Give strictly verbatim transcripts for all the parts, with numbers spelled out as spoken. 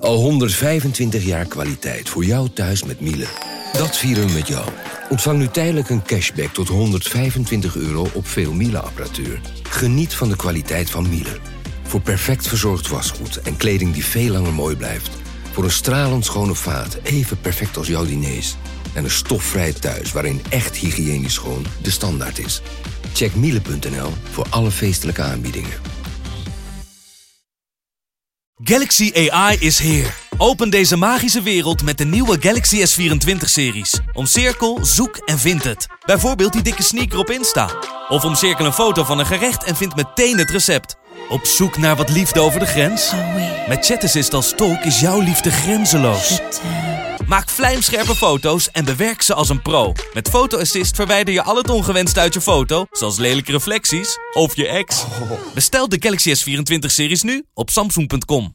Al honderdvijfentwintig jaar kwaliteit voor jou thuis met Miele. Dat vieren we met jou. Ontvang nu tijdelijk een cashback tot honderdvijfentwintig euro op veel Miele-apparatuur. Geniet van de kwaliteit van Miele. Voor perfect verzorgd wasgoed en kleding die veel langer mooi blijft. Voor een stralend schone vaat, even perfect als jouw diners. En een stofvrij thuis waarin echt hygiënisch schoon de standaard is. Check miele punt n l voor alle feestelijke aanbiedingen. Galaxy A I is here. Open deze magische wereld met de nieuwe Galaxy S vierentwintig-series. Omcirkel, zoek en vind het. Bijvoorbeeld die dikke sneaker op Insta. Of omcirkel een foto van een gerecht en vind meteen het recept. Op zoek naar wat liefde over de grens? Met Chat Assist als tolk is jouw liefde grenzeloos. Maak vlijmscherpe foto's en bewerk ze als een pro. Met Photo Assist verwijder je al het ongewenst uit je foto, zoals lelijke reflecties of je ex. Bestel de Galaxy S vierentwintig-series nu op samsung punt com.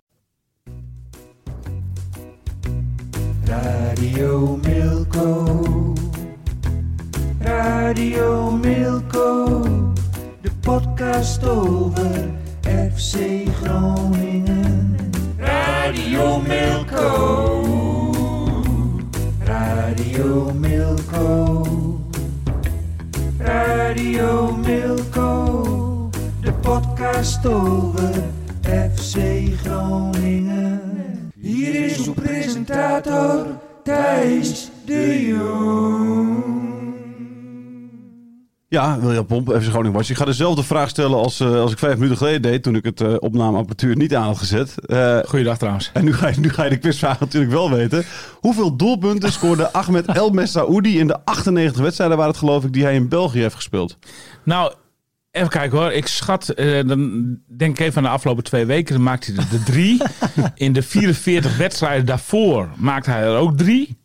Radio Milko, Radio Milko, de podcast over F C Groningen. Radio Milko, Radio Milko, Radio Milko, de podcast over F C Groningen. Hier is uw presentator Thijs de Jong. Ja, William Pomp, F C Groningen Watch. Ik ga dezelfde vraag stellen als, uh, als ik vijf minuten geleden deed, toen ik het uh, opnameapparatuur niet aan had gezet. Uh, Goeiedag trouwens. En nu ga, je, nu ga je de quizvraag natuurlijk wel weten. Hoeveel doelpunten scoorde Ahmed El Messaoudi in de achtennegentig wedstrijden waar het geloof ik die hij in België heeft gespeeld? Nou, even kijken hoor. Ik schat, uh, dan denk ik even aan de afgelopen twee weken. Dan maakte hij er de drie. In de vierenveertig wedstrijden daarvoor maakte hij er ook drie.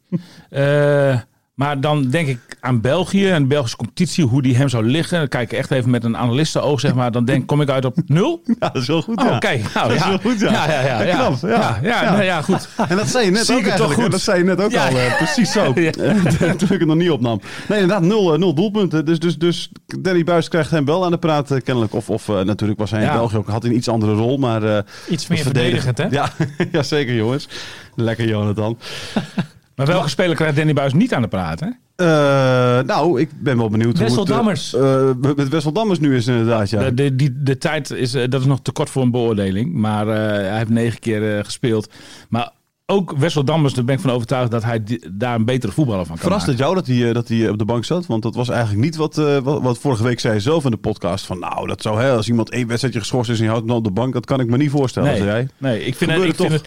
Uh, maar dan denk ik aan België en de Belgische competitie, hoe die hem zou liggen. Dan kijk ik echt even met een analistenoog, zeg maar. Dan denk, kom ik uit op nul. Ja, dat is wel goed, oh, ja. Kijk, nou, dat ja. is wel goed, ja. Ja, ja, ja. Ja, knap, ja. ja, ja, ja. Nou, ja, goed. En dat zei je net Zie ook ik het toch eigenlijk. goed? Dat zei je net ook ja, al, uh, precies zo. Ja. Toen ik het nog niet opnam. Nee, inderdaad, nul, uh, nul doelpunten. Dus, dus, dus Danny Buijs krijgt hem wel aan de praat, uh, kennelijk. Of, of uh, natuurlijk was hij in ja. België ook, had hij een iets andere rol. Maar, uh, iets meer verdedigend, hè? Ja, ja, zeker jongens. Lekker Jonathan. Maar welke speler krijgt Danny Buijs niet aan de praat, hè? Uh, nou, ik ben wel benieuwd Wessel hoe het... Dammers. Uh, met Wessel Dammers nu is inderdaad, ja. De, de, die, de tijd is, uh, dat is nog te kort voor een beoordeling. Maar uh, hij heeft negen keer uh, gespeeld. Maar ook Wessel Dammers, daar ben ik van overtuigd dat hij die, daar een betere voetballer van kan Verrast het jou dat hij, uh, dat hij op de bank zat? Want dat was eigenlijk niet wat, uh, wat, wat vorige week zei zelf in de podcast. Van nou, dat zou, hè, als iemand één wedstrijdje geschorst is en je houdt hem op de bank, dat kan ik me niet voorstellen. Nee, zei jij. nee ik vind, het, ik vind het,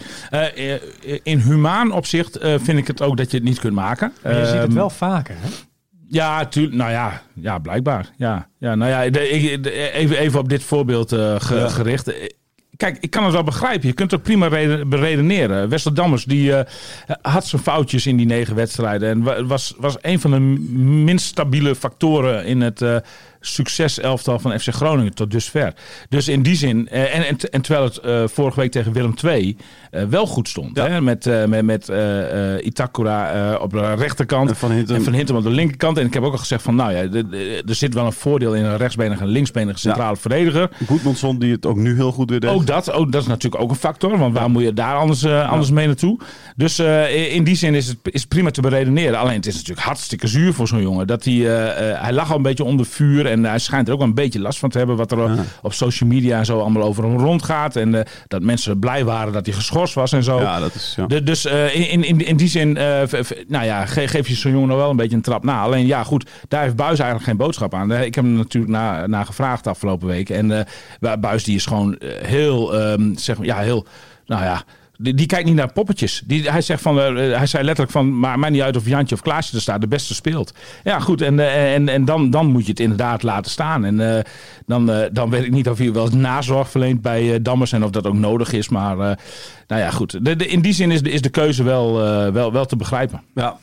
uh, in humaan opzicht uh, vind ik het ook dat je het niet kunt maken. Maar je uh, ziet het wel vaker, hè? Ja, tuurlijk. Nou ja, ja, blijkbaar. Ja, ja, nou ja, de, ik, de, even, even op dit voorbeeld uh, ge, ja. gericht. Kijk, ik kan het wel begrijpen. Je kunt het ook prima beredeneren. Wessel Dammers die, uh, had zijn foutjes in die negen wedstrijden. En was, was een van de minst stabiele factoren in het uh, succeselftal van F C Groningen tot dusver. Dus in die zin, uh, en, en, en terwijl het uh, vorige week tegen Willem twee uh, wel goed stond. Ja. Hè? Met, uh, met, met uh, uh, Itakura uh, op de rechterkant en Van Hintem. en Van Hintem op de linkerkant. En ik heb ook al gezegd van, nou ja, de, de, er zit wel een voordeel in een rechtsbenige en linksbenige centrale ja. verdediger. Goedmanson die het ook nu heel goed weer deed. Ook dat, ook, dat is natuurlijk ook een factor. Want waar moet je daar anders, uh, anders ja. mee naartoe? Dus uh, in die zin is het, is het prima te beredeneren. Alleen het is natuurlijk hartstikke zuur voor zo'n jongen. Dat hij, uh, uh, hij lag al een beetje onder vuur. En hij schijnt er ook wel een beetje last van te hebben. Wat er ja. op social media en zo allemaal over hem rondgaat. En uh, dat mensen blij waren dat hij geschorst was en zo. Ja, dat is, ja. De, dus uh, in, in, in die zin, uh, v, v, nou ja, ge, geef je zo'n jongen nog wel een beetje een trap na. Alleen ja, goed, daar heeft Buijs eigenlijk geen boodschap aan. Ik heb hem natuurlijk naar na gevraagd de afgelopen weken. En uh, Buijs die is gewoon heel, um, zeg maar, ja, heel, nou ja... Die, die kijkt niet naar poppetjes. Die, hij, zegt van, uh, hij zei letterlijk van, maakt mij niet uit of Jantje of Klaasje er staat. De beste speelt. Ja, goed. En, uh, en, en dan, dan moet je het inderdaad laten staan. En uh, dan, uh, dan weet ik niet of hij wel eens nazorg verleent bij uh, Dammers. En of dat ook nodig is. Maar uh, nou ja, goed. De, de, in die zin is de, is de keuze wel, uh, wel, wel te begrijpen. Ja.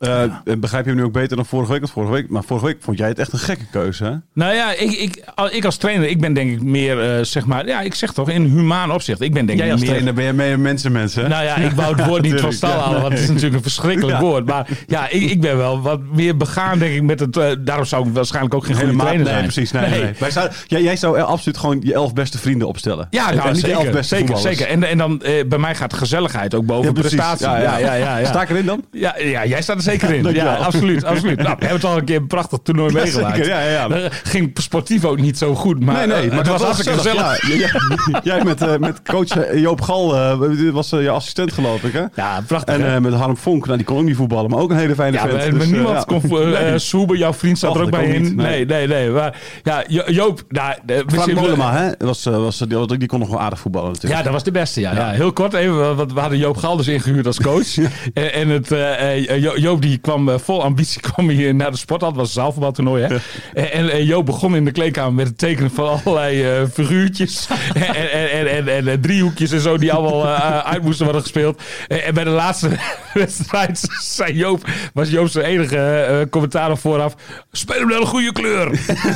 Uh, begrijp je hem nu ook beter dan vorige week? Want vorige week, maar vorige week vond jij het echt een gekke keuze, hè? Nou ja, ik, ik, ik als trainer, ik ben denk ik meer, uh, zeg maar... Ja, ik zeg toch, in humaan opzicht. Ik ben denk jij ik als meer... trainer ben je meer mensen, mensen. Nou ja, ik wou het woord niet van stal halen, ja, nee. want het is natuurlijk een verschrikkelijk ja. woord. Maar ja, ik, ik ben wel wat meer begaan, denk ik, met het... Uh, daarom zou ik waarschijnlijk ook geen goede Helemaal, trainer nee, zijn. Precies, nee, nee. nee. Wij zou, jij, jij zou absoluut gewoon je elf beste vrienden opstellen. Ja, nou, en niet zeker, de elf beste zeker, zeker. En, en dan, uh, bij mij gaat gezelligheid ook boven ja, prestatie. Ja, ja. Ja, ja, ja. Sta ik erin dan? Ja, ja, jij staat er zeker in. Ja, absoluut. absoluut. Nou, we hebben het al een keer een prachtig toernooi ja, meegemaakt. Zeker, ja, ja. Dat ging sportief ook niet zo goed. Maar, nee, nee. Maar het was hartstikke gezellig. Ja, jij, jij met, uh, met coach Joop Gal, uh, was uh, je assistent geloof ik, hè? Ja, prachtig. En uh, met Harm Vonk, nou, die kon ook niet voetballen, maar ook een hele fijne ja, vent. Maar, dus, niemand uh, kon voetballen. Nee. Uh, Soebe, jouw vriend, zat er ook bij in. Nee, nee, nee. Maar ja, Joop... Nou, Frank Mollema, hè? Was, was, die, die kon nog wel aardig voetballen natuurlijk. Ja, dat was de beste, ja. ja. ja heel kort even, want we hadden Joop Gal dus ingehuurd als coach. en, en het, uh, Joop die kwam uh, vol ambitie kwam hier naar de sporthal. Het was een zaalvoetbaltoernooi, hè. en, en, en Joop begon in de kleedkamer met het tekenen van allerlei uh, figuurtjes. en, en, en, en, en, en driehoekjes en zo die allemaal uh, uit moesten worden gespeeld. En, en bij de laatste wedstrijd zei Joop, was Joop zijn enige uh, commentaar vooraf. Speel hem naar een goede kleur.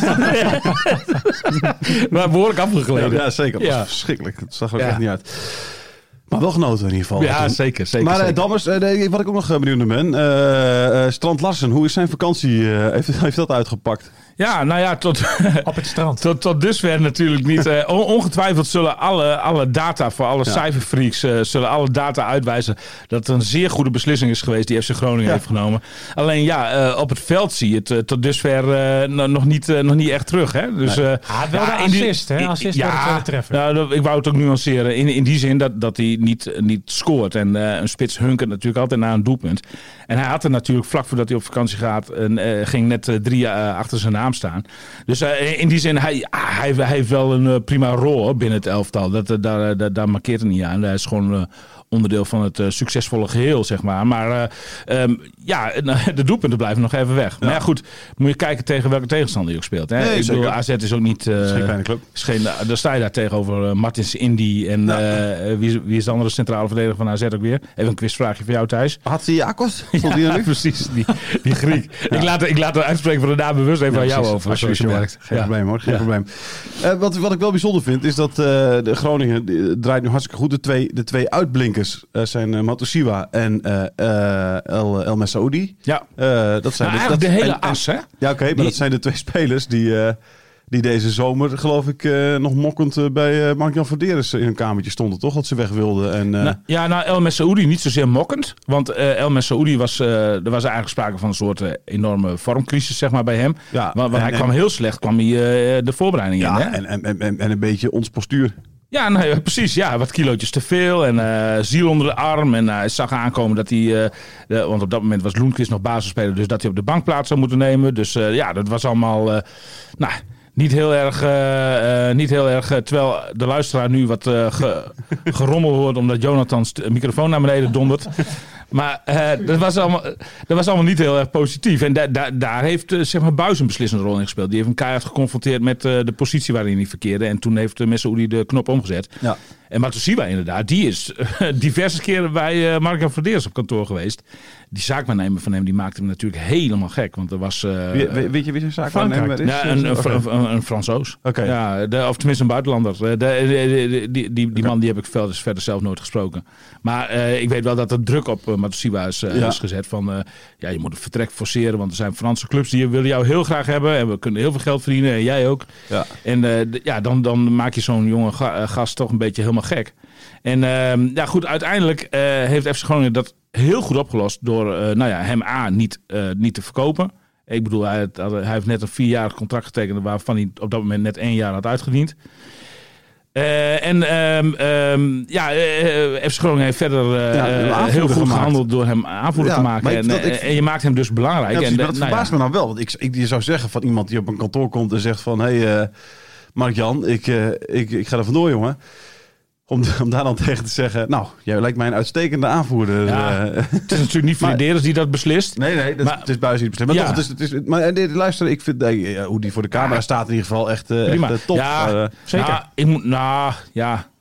maar behoorlijk afgegleden. Ja, ja zeker. Dat was ja. verschrikkelijk. Het zag er ja. echt niet uit. Maar wel genoten in ieder geval. Ja, toen. zeker. zeker maar uh, zeker. Dammers, uh, wat ik ook nog benieuwd naar ben. Uh, uh, Strand Larsen, hoe is zijn vakantie? Uh, heeft, heeft dat uitgepakt? Ja, nou ja, tot, op het strand. tot, tot dusver natuurlijk niet. Uh, ongetwijfeld zullen alle, alle data voor alle ja. cijferfreaks uh, zullen alle data uitwijzen dat het een zeer goede beslissing is geweest die F C Groningen ja. heeft genomen. Alleen ja, uh, op het veld zie je het uh, tot dusver uh, n- nog, niet, uh, nog niet echt terug. Hè? Dus, nee. uh, ah, wel ja, de assist, hè? Assist ja, voor de treffer. Nou, ik wou het ook nuanceren. In, in die zin dat, dat hij niet, niet scoort. En uh, een spits hunkert natuurlijk altijd naar een doelpunt. En hij had er natuurlijk vlak voordat hij op vakantie gaat, en, uh, ging net uh, drie uh, achter zijn naam staan. Dus uh, in die zin, hij, hij, hij heeft wel een uh, prima rol binnen het elftal. Dat, uh, daar, daar, daar markeert het niet aan. Hij is gewoon uh, onderdeel van het uh, succesvolle geheel, zeg maar. Maar uh, um, ja, de doelpunten blijven nog even weg. Ja. Maar ja, goed, moet je kijken tegen welke tegenstander je ook speelt. Hè? Nee, ik bedoel, A Z is ook niet... Uh, is geen kleine club. Is geen, daar sta je daar tegenover uh, Martins Indy en ja. uh, wie, wie is de andere centrale verdediger van A Z ook weer? Even een quizvraagje voor jou, Thijs. Hatziakos? Ja, precies, die, die Griek. Ja. Ik, laat, ik laat het uitspreken van de naam bewust even ja, aan jou over. Als je, als je merkt. Geen ja. probleem hoor, geen ja. probleem. Uh, wat, wat ik wel bijzonder vind is dat uh, de Groningen die, draait nu hartstikke goed. De twee, de twee uitblinkers uh, zijn uh, Matosiwa en uh, uh, El, El Messaoudi. Ja. Uh, dat zijn nou, de, dat, de hele en, as, hè? Ja, oké, okay, maar die, dat zijn de twee spelers die... Uh, Die deze zomer, geloof ik, uh, nog mokkend uh, bij uh, Mark-Jan Verderes in een kamertje stonden, toch? Dat ze weg wilden. En, uh... nou, ja, nou, El Messaoudi niet zozeer mokkend. Want uh, El Messaoudi was, uh, er was eigenlijk sprake van een soort uh, enorme vormcrisis, zeg maar, bij hem. Ja, want, want en, hij en, kwam heel slecht, kwam hij uh, de voorbereiding ja, in. Hè? En, en, en, en een beetje ons postuur. Ja, nou, precies. Ja, wat kilootjes te veel en uh, ziel onder de arm. En uh, hij zag aankomen dat hij, uh, de, want op dat moment was Loenquist nog basisspeler, dus dat hij op de bank plaats zou moeten nemen. Dus uh, ja, dat was allemaal, uh, nou... Niet heel erg, uh, uh, niet heel erg uh, terwijl de luisteraar nu wat uh, ge, gerommel hoort omdat Jonathan's microfoon naar beneden dondert. Maar uh, dat, was allemaal, dat was allemaal niet heel erg positief. En da, da, daar heeft uh, zeg maar Buijs een beslissende rol in gespeeld. Die heeft hem keihard geconfronteerd met uh, de positie waarin hij verkeerde. En toen heeft uh, Messaoudi de knop omgezet. Ja. En Matosiwa inderdaad, die is uh, diverse keren bij uh, Mark-Jan Verderes op kantoor geweest. Die zaakwaarnemer van hem, die maakte hem natuurlijk helemaal gek. Want er was... Uh, wie, weet, weet je wie zijn zaakwaarnemer is? Ja, een, een, okay. een, een, een Fransoos. Okay. Ja, de, of tenminste een buitenlander. De, de, de, de, die die, die okay. man die heb ik verder, verder zelf nooit gesproken. Maar uh, ik weet wel dat er druk op uh, Matosiwa is, uh, ja. is gezet. Van, uh, ja, je moet het vertrek forceren. Want er zijn Franse clubs die willen jou heel graag hebben. En we kunnen heel veel geld verdienen. En jij ook. Ja. En uh, de, ja, dan, dan maak je zo'n jonge ga, gast toch een beetje helemaal gek. En uh, ja, goed, uiteindelijk uh, heeft F C Groningen dat heel goed opgelost door uh, nou ja, hem A niet, uh, niet te verkopen. Ik bedoel, hij, had, hij heeft net een vierjarig contract getekend waarvan hij op dat moment net één jaar had uitgediend. Uh, en um, um, ja, uh, F C Groningen heeft verder uh, ja, heel goed gemaakt. gehandeld door hem aanvoerder ja, te maken. En, ik, ik, en je maakt hem dus belangrijk. Ja, precies, en, maar dat nou verbaast ja. me nou wel. Want ik, ik je zou zeggen van iemand die op een kantoor komt en zegt van... hé, hey, uh, Mark-Jan, ik, uh, ik, ik ga er vandoor, jongen. Om, om daar dan tegen te zeggen... nou, jij lijkt mij een uitstekende aanvoerder. Ja, uh, het is natuurlijk niet Verderes die dat beslist. Nee, nee, dat, maar, het is Buijs die het beslist. Maar ja. toch, het is, het is, maar dit, luister, ik vind uh, hoe die voor de camera ja. staat in ieder geval echt, uh, echt uh, top. Ja, uh, zeker. Nou, ik moet, nou, ja...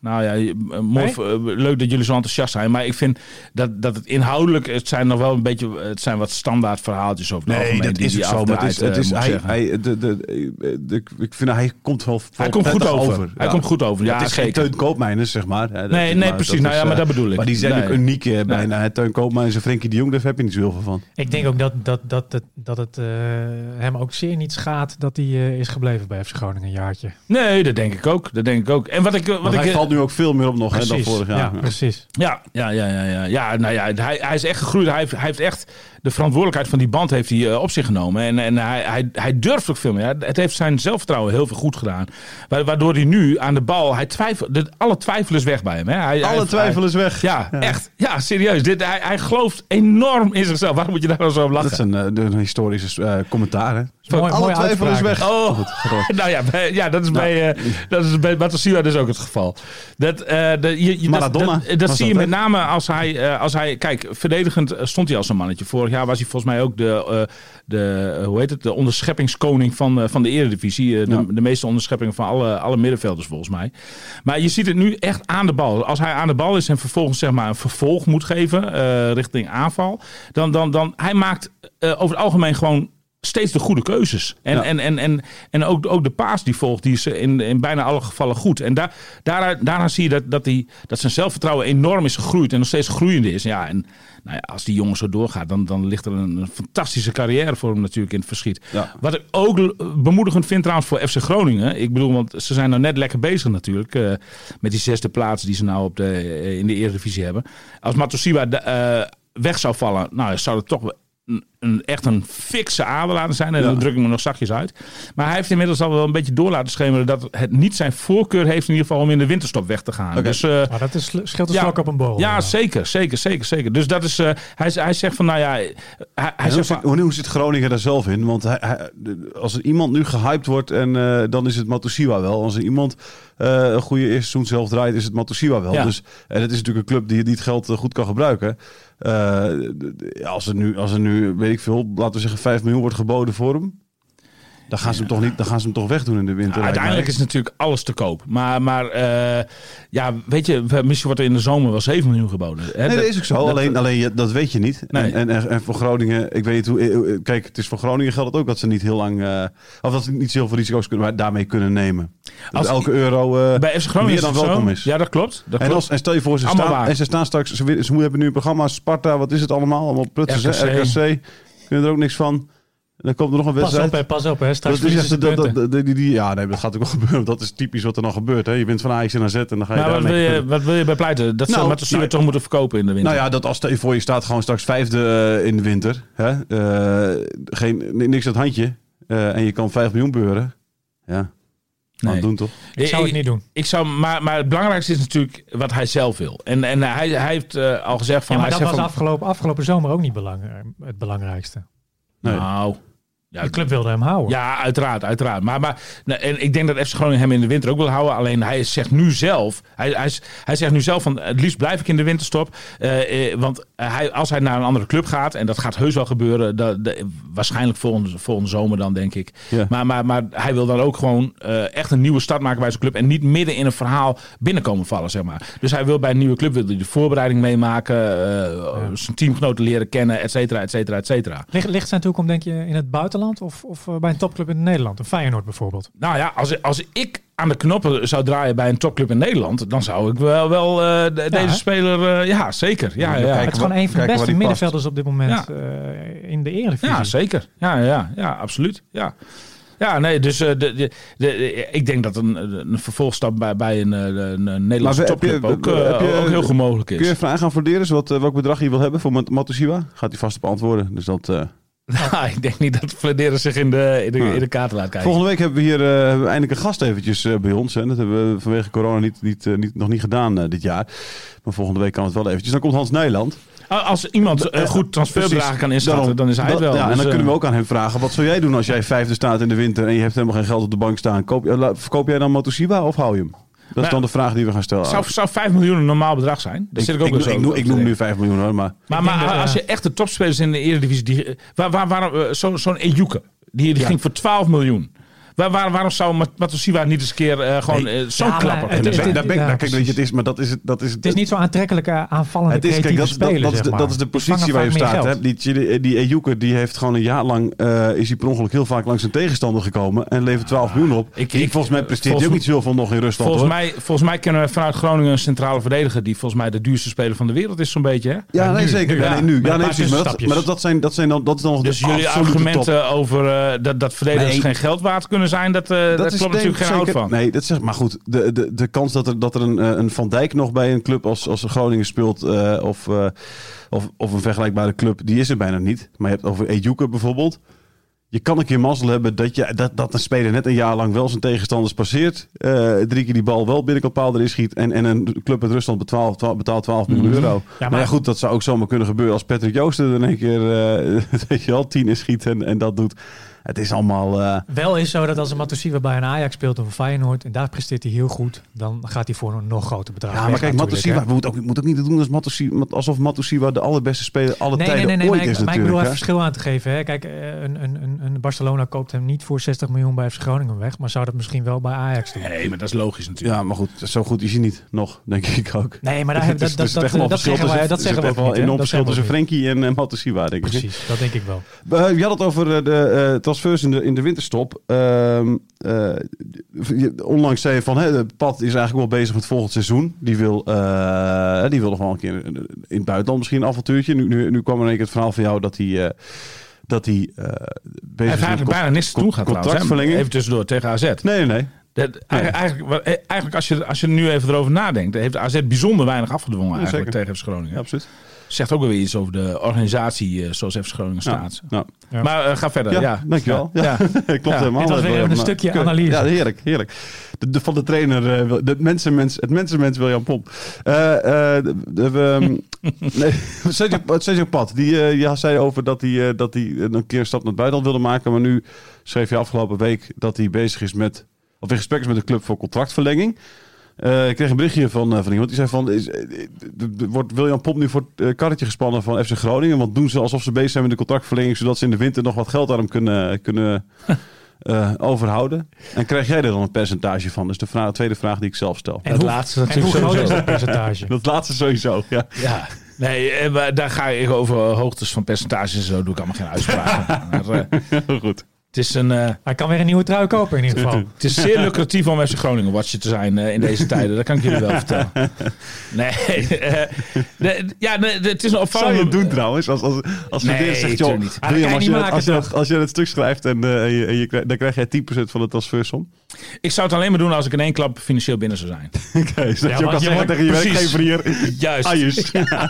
Nou ja, mooi, nee? Leuk dat jullie zo enthousiast zijn. Maar ik vind dat, dat het inhoudelijk... Het zijn nog wel een beetje... Het zijn wat standaard verhaaltjes over het nee, algemeen. Dat die is die zo. Maar het is, het is, hij, hij, de, de, de, ik vind dat hij komt wel Hij komt goed over. over. Hij ja. komt goed over. Ja, het is zeker. geen Teun Koopmeiners, zeg maar. Hè, nee, is, nee maar, precies. Nou is, ja, maar dat bedoel ik. Maar die zijn nee. natuurlijk uniek uh, bijna. Nee. Teun Koopmeiners en Frenkie de Jong, daar heb je niet zoveel van. Ik denk ook dat, dat, dat, dat, dat het uh, hem ook zeer niet schaadt dat hij uh, is gebleven bij F C Groningen een jaartje. Nee, dat denk ik ook. Dat denk ik ook. En wat ik, wat maar ik, hij valt nu ook veel meer op nog hè, dan vorig jaar. Ja, precies. Ja, ja, ja, ja, ja. ja nou ja, hij, hij is echt gegroeid. Hij heeft, hij heeft echt de verantwoordelijkheid van die band heeft hij, uh, op zich genomen. En, en hij, hij, hij durft ook veel meer. Het heeft zijn zelfvertrouwen heel veel goed gedaan. Waardoor hij nu aan de bal... Hij twijfelt, de, alle twijfel is weg bij hem. Hè. Hij, alle hij, twijfel hij, is weg. Ja, ja, echt. Ja, serieus. Dit, hij, hij gelooft enorm in zichzelf. Waarom moet je daar nou zo op lachen? Dat is een, uh, een historische uh, commentaar, hè? Mooi, alle mooi twijfel is weg. Oh, nou ja, bij, ja, dat is nou. bij, uh, dat is bij Matosiwa dus ook het geval. Dat, uh, de, je, je, Maradona. Dat, dat, dat zie je met name als hij, uh, als hij... Kijk, verdedigend stond hij als een mannetje. Vorig jaar was hij volgens mij ook de, uh, de uh, hoe heet het, de onderscheppingskoning van, uh, van de Eredivisie. Uh, de, ja. de meeste onderscheppingen van alle, alle middenvelders volgens mij. Maar je ziet het nu echt aan de bal. Als hij aan de bal is en vervolgens zeg maar een vervolg moet geven uh, richting aanval. Dan, dan, dan hij maakt uh, over het algemeen gewoon steeds de goede keuzes. En, ja. en, en, en, en ook, ook de paas die volgt, die is in, in bijna alle gevallen goed. En daar, daaruit, daarna zie je dat, dat, die, dat zijn zelfvertrouwen enorm is gegroeid en nog steeds groeiende is. Ja, en nou ja, als die jongen zo doorgaat, dan, dan ligt er een, een fantastische carrière voor hem natuurlijk in het verschiet. Ja. Wat ik ook bemoedigend vind trouwens voor F C Groningen. Ik bedoel, want ze zijn nou net lekker bezig natuurlijk. Uh, met die zesde plaats die ze nou op de, uh, in de Eredivisie hebben. Als Matosiwa uh, weg zou vallen, nou zou het toch wel Een, een, echt een fikse aderlater zijn. En ja. dan druk ik me nog zachtjes uit. Maar hij heeft inmiddels al wel een beetje door laten schemeren dat het niet zijn voorkeur heeft in ieder geval om in de winterstop weg te gaan. Okay. Dus, uh, maar dat is, scheelt een ja, slok op een borrel. Ja, zeker, zeker, zeker, zeker. Dus dat is, uh, hij, hij zegt van, nou ja... Hij, hij zegt van, hoe, hoe zit Groningen daar zelf in? Want hij, hij, als er iemand nu gehyped wordt, en uh, dan is het Matosiwa wel. Als er iemand uh, een goede eerste seizoen zelf draait, is het Matosiwa wel. Ja. Dus, en het is natuurlijk een club die, die het geld goed kan gebruiken. Uh, als, er nu, als er nu, weet ik veel, laten we zeggen vijf miljoen wordt geboden voor hem. Dan gaan ze hem toch niet, dan gaan ze hem toch wegdoen in de winter. Ja, uiteindelijk is natuurlijk alles te koop. Maar, maar uh, ja, weet je, misschien wordt er in de zomer wel zeven miljoen geboden. Hè? Nee, dat is ook zo. Dat, alleen, dat, alleen dat weet je niet. Nee. En, en, en voor Groningen, ik weet niet hoe. Kijk, het is voor Groningen geldt het ook dat ze niet heel lang, uh, of dat ze niet zoveel risico's kunnen, maar daarmee kunnen nemen. Dus als elke euro uh, bij F C Groningen meer dan welkom is. Ja, dat klopt. Dat en, als, en stel je voor, ze staan, en ze staan straks. Ze, ze hebben nu een programma Sparta. Wat is het allemaal? Allemaal prutsen. R K C. Kunnen er ook niks van. Dan komt er nog een wedstrijd. Pas op, hè, pas op. Hè. Straks dat is echt, dat, dat, dat, die, die, ja, nee, dat gaat ook wel gebeuren. Dat is typisch wat er dan gebeurt. Hè. Je bent van Ajax naar Z en dan ga je nou, daar wat, wil je, wat wil je bij pleiten? Dat nou, ze Matosiwa nou, toch moeten verkopen in de winter? Nou ja, dat als je voor je staat gewoon straks vijfde uh, in de winter. Hè. Uh, geen, niks aan het handje. Uh, en je kan vijf miljoen beuren. Ja. Nee. Doen, toch? Ik zou het niet doen. Ik zou, maar, maar het belangrijkste is natuurlijk wat hij zelf wil. En, en hij, hij heeft uh, al gezegd van... Ja, maar hij dat was van, afgelopen, afgelopen zomer ook niet belang, het belangrijkste. Nee. Nou... Ja, de club wilde hem houden. Ja, uiteraard, uiteraard. Maar, maar en ik denk dat F C Groningen hem in de winter ook wil houden. Alleen hij zegt nu zelf, hij, hij, hij zegt nu zelf van het liefst blijf ik in de winterstop. Uh, uh, want hij, als hij naar een andere club gaat, en dat gaat heus wel gebeuren, dat, de, waarschijnlijk volgende, volgende zomer dan denk ik. Ja. Maar, maar, maar hij wil dan ook gewoon uh, echt een nieuwe start maken bij zijn club en niet midden in een verhaal binnenkomen vallen, zeg maar. Dus hij wil bij een nieuwe club wil hij de voorbereiding meemaken, uh, ja. zijn teamgenoten leren kennen, et cetera, et cetera, et cetera. Ligt, ligt zijn toekomst denk je in het buitenland? Of, of bij een topclub in Nederland, een Feyenoord bijvoorbeeld? Nou ja, als, als ik aan de knoppen zou draaien bij een topclub in Nederland, dan zou ik wel, wel uh, de, ja, deze hè? speler... Uh, ja, zeker. Ja, ja, ja. Het is gewoon een van de beste middenvelders past. Op dit moment ja. uh, in de Eredivisie. Ja, zeker. Ja, ja, ja, absoluut. Ja. Ja, nee, dus uh, de, de, de, de, ik denk dat een, een vervolgstap bij, bij een, een, een Nederlandse maar topclub je, ook, uh, je, ook heel goed mogelijk is. Kun je vragen aan Flederis wat uh, welk bedrag je wil hebben voor Matosiwa? Gaat hij vast op antwoorden. Dus dat... Uh... Nou, ik denk niet dat Flederis zich in de, in de, in de kaarten laat kijken. Volgende week hebben we hier uh, eindelijk een gast eventjes uh, bij ons. Hè. Dat hebben we vanwege corona niet, niet, uh, niet, nog niet gedaan uh, dit jaar. Maar volgende week kan het wel eventjes. Dan komt Hans Nijland. Als iemand uh, goed transferbedragen kan inschatten, Daarom, dan is hij het wel. Ja, dus, en dan uh, kunnen we ook aan hem vragen. Wat zou jij doen als jij vijfde staat in de winter en je hebt helemaal geen geld op de bank staan? Koop, uh, verkoop jij dan Matosiwa of hou je hem? Dat nou, is dan de vraag die we gaan stellen. Zou, zou vijf miljoen een normaal bedrag zijn? Dat ik, zit ik, ook ik, ik, noem, ik noem nu vijf miljoen hoor. Maar, maar, maar als je echt de topspelers in de Eredivisie... Die, waar, waar, waar, zo'n zo Ejuke, die, die ja. ging voor twaalf miljoen. Waar, waar, waarom zou Mat- Matosiwa niet eens een keer uh, gewoon Nee. uh, zo'n Ja, klapper maar En kunnen het daar is zijn? ben, daar ben, ja, nou, kijk, weet je, het precies. is, maar dat is het. Dat is Het is niet zo aantrekkelijke aanvallende Het is, kijk, creatieve dat, dat, speler, dat, is zeg de, maar. dat is de Die positie vangen waar je vaak meer staat. geld. Hè? Die, die, die Ejuke, die heeft gewoon een jaar lang uh, is hij per ongeluk heel vaak langs zijn tegenstander gekomen en levert twaalf miljoen op. Ik- Die, ik- volgens mij presteert hij ook volgens- niet zoveel nog in Rusland. Volgens hoor. mij, volgens mij kennen we vanuit Groningen een centrale verdediger die volgens mij de duurste speler van de wereld is zo'n beetje. Hè? Ja, nee, nu, zeker. nu, Ja, ja. nee, nu. Met Ja, een nee, paar precies. Maar, dat, tussenstapjes. maar dat, dat, zijn, dat, zijn dan, dat is dan nog Dus de jullie absolute top. argumenten over uh, dat, dat verdedigers Nee. geen geld waard kunnen zijn, dat, uh, dat, Dat is klopt denk natuurlijk ik geen hout zeker- van. Nee, dat zeg maar goed. De, de, de kans dat er, dat er een, eh, een Van Dijk nog bij een club als, als Groningen speelt, uh, of, uh, of, of een vergelijkbare club, die is er bijna niet. Maar je hebt over Ejuke bijvoorbeeld. Je kan een keer mazzel hebben dat, je, dat, dat een speler net een jaar lang wel zijn tegenstanders passeert. Uh, drie keer die bal wel binnenkant paal erin schiet. En, en een club uit Rusland betaalt twaalf, betaalt twaalf miljoen euro. Ja, maar, maar- ja, goed, dat zou ook zomaar kunnen gebeuren als Patrick Joosten er in één keer uh, weet je wel, tien in schiet en, en dat doet. Het is allemaal... Uh, Wel is zo dat als een Matosiwa bij een Ajax speelt of een Feyenoord en daar presteert hij heel goed, dan gaat hij voor een nog groter bedrag. ja, maar weg kijk, natuurlijk, Matosiwa, hè. we moeten ook, moet ook niet doen als Matosiwa, alsof Matosiwa de allerbeste speler alle Nee, tijden nee, nee, ooit maar ik, is maar ik natuurlijk. bedoel hè. even verschil aan te geven. Hè. Kijk, eh, een, een, een, een Barcelona koopt hem niet voor zestig miljoen bij F C Groningen weg, maar zou dat misschien wel bij Ajax doen. Nee, maar dat is logisch natuurlijk. Ja, maar goed, zo goed is hij niet nog, denk ik ook. Nee, maar daar, Het dat, is- dat, er dat, is echt wel dat, dat verschil zeggen wij, tussen- dat er zeggen zit we echt ook wel niet. een hè. enorm Dat verschil zeggen we tussen ook Frenkie en uh, Matosiwa, denk ik. niet. Precies, dat denk ik wel. Uh, je had het over uh, de uh, transfers in de, in de winterstop. Uh, uh, onlangs zei je van, hè, de Pat is eigenlijk wel bezig met volgend seizoen. Die wil, uh, die wil nog wel een keer in het buitenland misschien een avontuurtje. Nu, nu, nu kwam er in één keer het verhaal van jou dat hij... Uh, dat hij uh, bezig Hij heeft eigenlijk bijna niks te doen gehad trouwens. Hè? contractverlenging. Even tussendoor tegen A Z. Nee, nee, nee. Dat, eigenlijk, eigenlijk, eigenlijk als, je, als je er nu even erover nadenkt, heeft A Z bijzonder weinig afgedwongen Ja, eigenlijk zeker. tegen F C Groningen. Ja, absoluut. Zegt ook wel weer iets over de organisatie uh, zoals F C Groningen staat. Ja. Ja. Maar uh, ga verder. Ja, Ja, dankjewel. Ja, Ja. klopt Ja. helemaal. Dit was weer William. een stukje Kun- analyse. Ja, heerlijk, heerlijk. De, de, van de trainer, uh, de mensenmens, het mensenmens William Pomp. Uh, uh, de, de, um, nee, Sergio, Sergio Pat, die uh, ja, zei over dat hij, uh, dat hij een keer een stap naar het buitenland wilde maken. Maar nu schreef je afgelopen week dat hij bezig is met, of in gesprek is met de club voor contractverlenging. Uh, ik kreeg een berichtje van, uh, van iemand die zei van, is, uh, wordt William Pomp nu voor het uh, karretje gespannen van F C Groningen? Want doen ze alsof ze bezig zijn met de contractverlenging, zodat ze in de winter nog wat geld aan hem kunnen, kunnen uh, overhouden. En krijg jij er dan een percentage van? Dus de vraag, de tweede vraag die ik zelf stel. En Het hoe, laatste en natuurlijk hoe groot sowieso. is dat percentage? Dat laatste sowieso, ja. Ja. Nee, eh, maar daar ga ik over hoogtes van percentages en zo doe ik allemaal geen uitspraken. Maar, uh, Goed. het is een... Uh, Hij kan weer een nieuwe trui kopen in ieder geval. Het is zeer lucratief om F C Groningen watcher te zijn uh, in deze tijden. Dat kan ik jullie wel vertellen. Nee, uh, de, ja, de, de, het is een Zou opvallende... je het doen trouwens? Als, als, als Nee, Verdeer zegt, joh, tuurlijk niet. Ah, dat William, kan als je je, niet als, maken, je, toch? als je het stuk schrijft en, uh, en je, en je, krijgt- dan krijg jij tien procent van de transfersom. Ik zou het alleen maar doen als ik in één klap financieel binnen zou zijn. Oké, okay, dus dat Ja, je ook want kan je zeggen wordt- tegen je precies. werkgever hier. Juist. Ajus.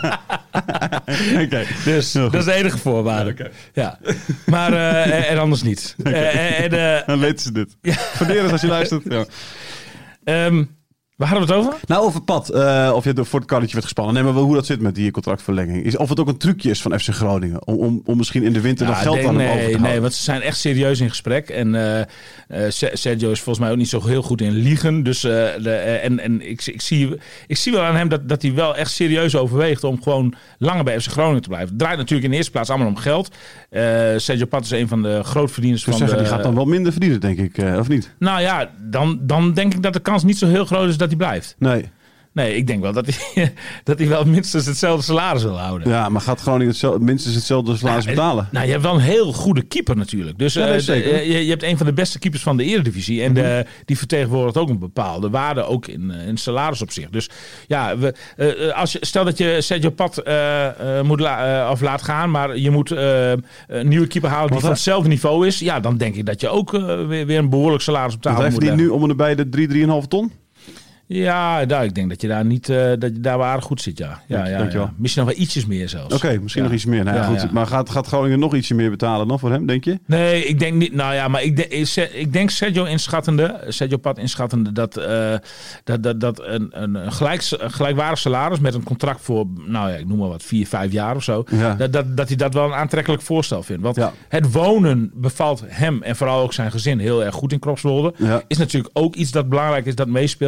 Oké. Dus Heel goed. dat is de enige voorwaarde. Oké. Ja. Maar uh, en anders niet. Uh, en, uh, Dan weten ze dit. Verdeer eens als je luistert. Ja. um, waar hadden we het over? Nou, over Pat. Uh, of je er voor het karretje werd gespannen. Nee, maar hoe dat zit met die contractverlenging. Is, of het ook een trucje is van F C Groningen. Om, om, om misschien in de winter nog Ja, geld nee, aan hem nee, over te houden. nee, want ze zijn echt serieus in gesprek. En uh, uh, Sergio is volgens mij ook niet zo heel goed in liegen. Dus, uh, de, uh, en en ik, ik, zie, ik zie wel aan hem dat, dat hij wel echt serieus overweegt om gewoon langer bij F C Groningen te blijven. Het draait natuurlijk in de eerste plaats allemaal om geld. Uh, Sergio Pat is een van de grootverdieners Dus van zeggen, de... die gaat dan wel minder verdienen, denk ik. Uh, of niet? Nou ja, dan, dan denk ik dat de kans niet zo heel groot is dat hij blijft. Nee. Nee, ik denk wel dat hij, dat hij wel minstens hetzelfde salaris wil houden. Ja, maar gaat Groningen hetzelfde, minstens hetzelfde salaris Nou, betalen? Nou, je hebt wel een heel goede keeper natuurlijk. Dus Ja, nee, uh, zeker. de, je, je hebt een van de beste keepers van de Eredivisie. En de, die vertegenwoordigt ook een bepaalde waarde, ook in, uh, in salarisopzicht. Dus ja, we, uh, als je, stel dat je Sergio Pat uh, uh, moet la, uh, of laat gaan, maar je moet uh, een nieuwe keeper halen die Want van hij- hetzelfde niveau is. Ja, dan denk ik dat je ook uh, weer, weer een behoorlijk salaris op Want tafel hij moet verdient leggen. nu om en nabij de drie, drieënhalf ton. Ja, daar, ik denk dat je daar niet uh, dat je daar wel aardig goed zit, ja. ja, Dank- ja, dankjewel. ja. Misschien nog wel ietsjes meer zelfs. Oké, okay, misschien Ja. nog iets meer. Nou, ja, Ja, goed. ja. Maar gaat, gaat Groningen nog ietsje meer betalen dan voor hem, denk je? Nee, ik denk niet. Nou ja, maar ik, de, ik denk Sergio inschattende, Sergio Pat inschattende dat, uh, dat, dat, dat een, een, een, gelijk, een gelijkwaardig salaris met een contract voor, nou ja, ik noem maar wat, vier, vijf jaar of zo. Ja. Dat, dat, dat hij dat wel een aantrekkelijk voorstel vindt. Want Ja. het wonen bevalt hem en vooral ook zijn gezin heel erg goed in Kropswolde. Ja. Is natuurlijk ook iets dat belangrijk is dat meespeelt. Hij heeft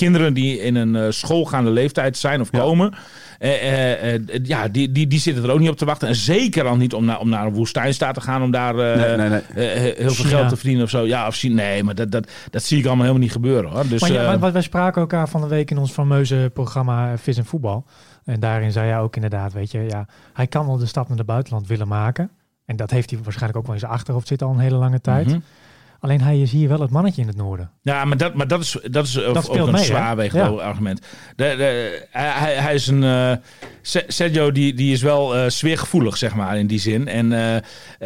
kinderen die in een uh, schoolgaande leeftijd zijn of komen. Ja. Uh, uh, uh, ja, die, die, die zitten er ook niet op te wachten. En zeker al niet om, na, om naar een woestijnstaat te gaan. Om daar uh, nee, nee, nee. Uh, heel veel China. geld te verdienen of zo. Ja, of China. Nee, maar dat, dat, dat zie ik allemaal helemaal niet gebeuren, hoor. Dus, maar ja, uh, wij, wij spraken elkaar van de week in ons fameuze programma Vis en Voetbal. En daarin zei jij ook inderdaad, weet je, ja, hij kan wel de stap naar het buitenland willen maken. En dat heeft hij waarschijnlijk ook wel in zijn achterhoofd zitten al een hele lange tijd. Mm-hmm. Alleen hij is hier wel het mannetje in het noorden. Ja, maar dat, maar dat is, dat is dat ook een mee, zwaarwegend ja. argument. De, de, hij, hij is een... Uh, Sergio die, die is wel uh, sfeergevoelig, zeg maar, in die zin. En uh, uh,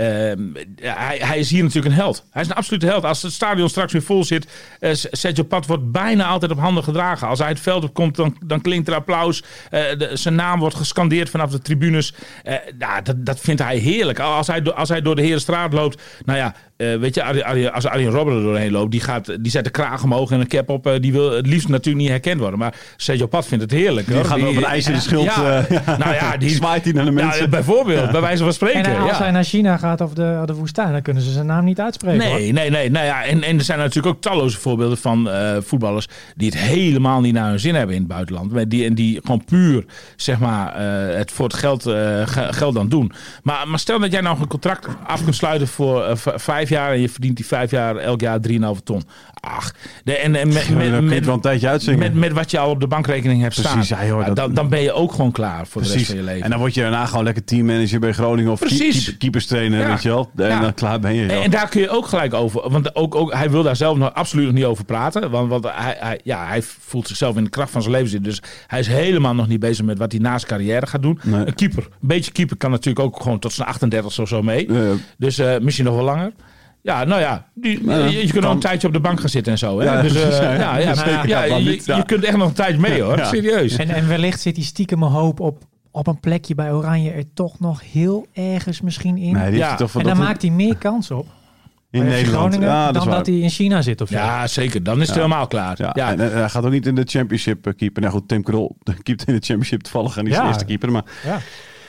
hij, hij is hier natuurlijk een held. Hij is een absolute held. Als het stadion straks weer vol zit, uh, Sergio Pat wordt bijna altijd op handen gedragen. Als hij het veld opkomt, dan, dan klinkt er applaus. Uh, de, zijn naam wordt gescandeerd vanaf de tribunes. Uh, nou, dat, dat vindt hij heerlijk. Als hij, als hij door de Herenstraat loopt, nou ja, uh, weet je, als Arjen Robben er doorheen loopt, die, gaat, die zet de kraag omhoog en een cap op. Uh, die wil het liefst natuurlijk niet herkend worden. Maar Sergio Pat vindt het heerlijk. Die hoor. gaat op een ijzeren schild. Ja, uh, ja. Nou ja, die zwaait hij naar de mensen. Ja, bijvoorbeeld, ja. bij wijze van spreken. En als ja. hij naar China gaat of de, de woestijn, dan kunnen ze zijn naam niet uitspreken. Nee, hoor. nee, nee. Nou ja, en, en er zijn natuurlijk ook talloze voorbeelden van uh, voetballers die het helemaal niet naar hun zin hebben in het buitenland. Die, en die gewoon puur, zeg maar, uh, het voor het geld, uh, geld dan doen. Maar, maar stel dat jij nou een contract af kunt sluiten voor uh, v- vijf jaar en je verdient die vijf jaar elk jaar drieënhalve ton. Ach, de, en, en met, ja, met, dan met, wel een tijdje uitzingen. Met, met wat je al op de bankrekening hebt Precies, staan. ja, joh, dat, dan, dan ben je ook gewoon klaar voor precies. de rest van je leven. En dan word je daarna gewoon lekker teammanager bij Groningen of keeper, keeperstrainer, ja. weet je wel. En ja. dan klaar ben je. En, en daar kun je ook gelijk over, want ook, ook, hij wil daar zelf nog absoluut nog niet over praten. Want, want hij, hij, ja, hij voelt zichzelf in de kracht van zijn leven zitten. Dus hij is helemaal nog niet bezig met wat hij na zijn carrière gaat doen. Nee. Een keeper, een beetje keeper kan natuurlijk ook gewoon tot zijn achtendertigste of zo mee. Ja, ja. Dus uh, misschien nog wel langer. Ja, nou ja, die, ja, je, je kunt nog een tijdje op de bank gaan zitten en zo. Hè? Ja, dus, uh, ja, ja, ja, ja, ja, ja, je, je kunt echt nog een tijdje mee, hoor. Ja. Serieus. En, en wellicht zit die stiekem hoop op, op een plekje bij Oranje er toch nog heel ergens misschien in. Nee, ja. toch en dan dat maakt hij meer kans op. In Nederland, ja, dan dat, dat hij in China zit of zo. Ja, zeker. Dan is het ja. helemaal klaar. Ja. Ja. En, en hij gaat ook niet in de Championship uh, keeper. Nou goed, Tim Krul keept in de Championship toevallig en die is ja. de eerste keeper. Maar ja.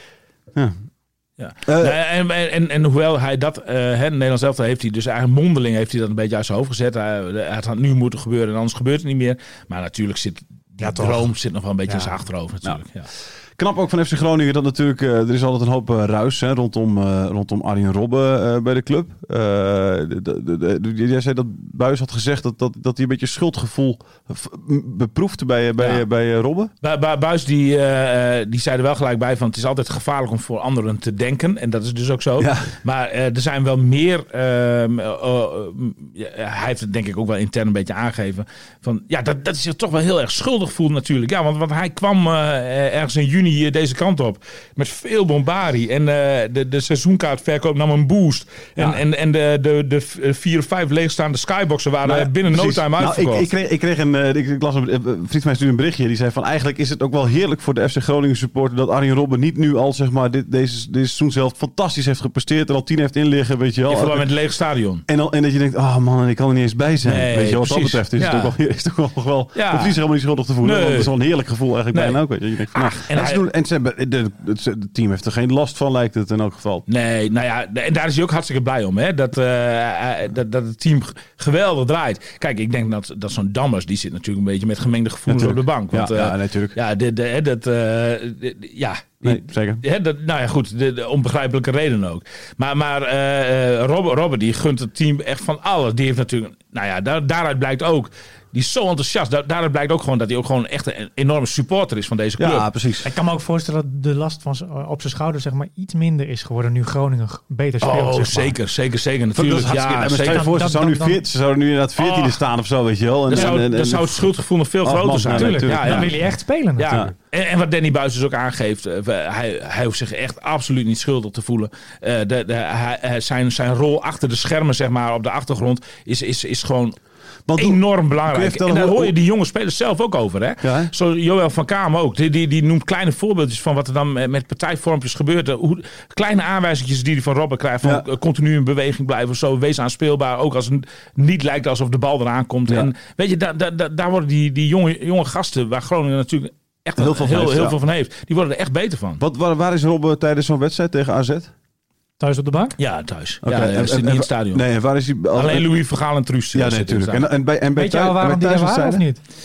ja. Ja. Uh, nee, en, en, en hoewel hij dat, uh, hè, Nederlands elftal heeft hij dus eigenlijk mondeling heeft hij dat een beetje uit zijn hoofd gezet. Hij, het had nu moeten gebeuren en anders gebeurt het niet meer. Maar natuurlijk zit die ja, droom zit nog wel een beetje ja. in zijn achterhoofd natuurlijk. Ja. Ja. Knap ook van F C Groningen dat natuurlijk, uh, er is altijd een hoop uh, ruis hè, rondom, uh, rondom Arjen Robben uh, bij de club. Uh, de, de, de, de, jij zei dat Buijs had gezegd dat, dat, dat hij een beetje schuldgevoel beproefde bij, bij, ja. bij uh, Robben. Bu- Buijs die, uh, die zei er wel gelijk bij van het is altijd gevaarlijk om voor anderen te denken. En dat is dus ook zo. Ja. Maar uh, er zijn wel meer, uh, uh, uh, uh, hij heeft het denk ik ook wel intern een beetje aangegeven. Van, ja, dat, dat is zich toch wel heel erg schuldig voelt natuurlijk. Ja, want, want hij kwam uh, ergens in juni hier deze kant op. Met veel bombarie. En uh, de, de seizoenkaartverkoop nam een boost. En, ja. en, en de, de, de vier of vijf leegstaande skyboxen waren nou ja, binnen precies. no time uitverkocht. Nou, ik, ik, kreeg, ik kreeg een, uh, ik, ik las een, een vriend van mij stuurde een berichtje. Die zei van eigenlijk is het ook wel heerlijk voor de F C Groningen supporter dat Arjen Robben niet nu al zeg maar dit, deze, deze seizoen zelf fantastisch heeft gepresteerd. Er al tien heeft in liggen, weet je wel. Vooral met een leeg stadion. En, al, en dat je denkt, oh man, ik kan er niet eens bij zijn. Nee, weet je wel, wat precies. dat betreft is, ja. het ook wel, is het ook wel, wel ja. de Vries helemaal niet schuldig te voelen. Nee. Want het is wel een heerlijk gevoel eigenlijk nee. bij hen ook. Weet je. Je denkt van, nou, en, en, hij, doen, en ze hebben, de, het, het team heeft er geen last van, lijkt het in elk geval. Nee, nou ja, en daar is hij ook hartstikke blij om. Hè? Dat, uh, dat, dat het team geweldig draait. Kijk, ik denk dat, dat zo'n Dammers, die zit natuurlijk een beetje met gemengde gevoelens natuurlijk. op de bank. Want, ja, uh, ja, natuurlijk. Ja, de, de, dat, uh, de, ja. Nee, zeker. Hè, dat, nou ja, goed, de, de onbegrijpelijke reden ook. Maar, maar uh, Robben, Robben, die gunt het team echt van alles. Die heeft natuurlijk, nou ja, daar, daaruit blijkt ook. Die is zo enthousiast. Daar, daaruit blijkt ook gewoon dat hij ook gewoon echt een enorme supporter is van deze club. Ja, precies. Ik kan me ook voorstellen dat de last van z- op zijn schouder zeg maar iets minder is geworden nu Groningen beter speelt. Oh, zeg maar. zeker, zeker, zeker. Natuurlijk. Dat ja, ja, zeker. Voor, ze, zouden nu veert, ze zouden nu inderdaad veertiende oh, staan of zo, weet je wel. En, dan zou, en, en, dan zou het schuldgevoel nog veel oh, groter man, zijn. Natuurlijk. Ja, ja. Dan wil je echt spelen ja. natuurlijk. En, en wat Danny Buijs dus ook aangeeft, uh, hij, hij hoeft zich echt absoluut niet schuldig te voelen. Uh, de, de, hij, zijn, zijn rol achter de schermen, zeg maar, op de achtergrond, is, is, is gewoon want enorm belangrijk. En daar hoor je die jonge spelers zelf ook over. Hè? Ja, zo Joël van Kamer ook. Die, die, die noemt kleine voorbeeldjes van wat er dan met partijvormpjes gebeurt. Hoe, kleine aanwijzingjes die hij van Robben krijgt. Van ja. continu in beweging blijven of zo. Wees aanspeelbaar. Ook als het niet lijkt alsof de bal eraan komt. Ja. En weet je, daar, daar, daar worden die, die jonge, jonge gasten, waar Groningen natuurlijk echt heel, veel, heel, heeft, heel ja. veel van heeft. Die worden er echt beter van. Wat, waar, waar is Robben tijdens zo'n wedstrijd tegen A Z? Thuis op de bank? Ja, thuis. Okay. Ja, hij zit niet in het stadion. Nee, waar is hij? Alleen Louis Vergaal en Truus. Ja, nee, natuurlijk. En, en bij, en bij Weet je al waarom die er waren of niet?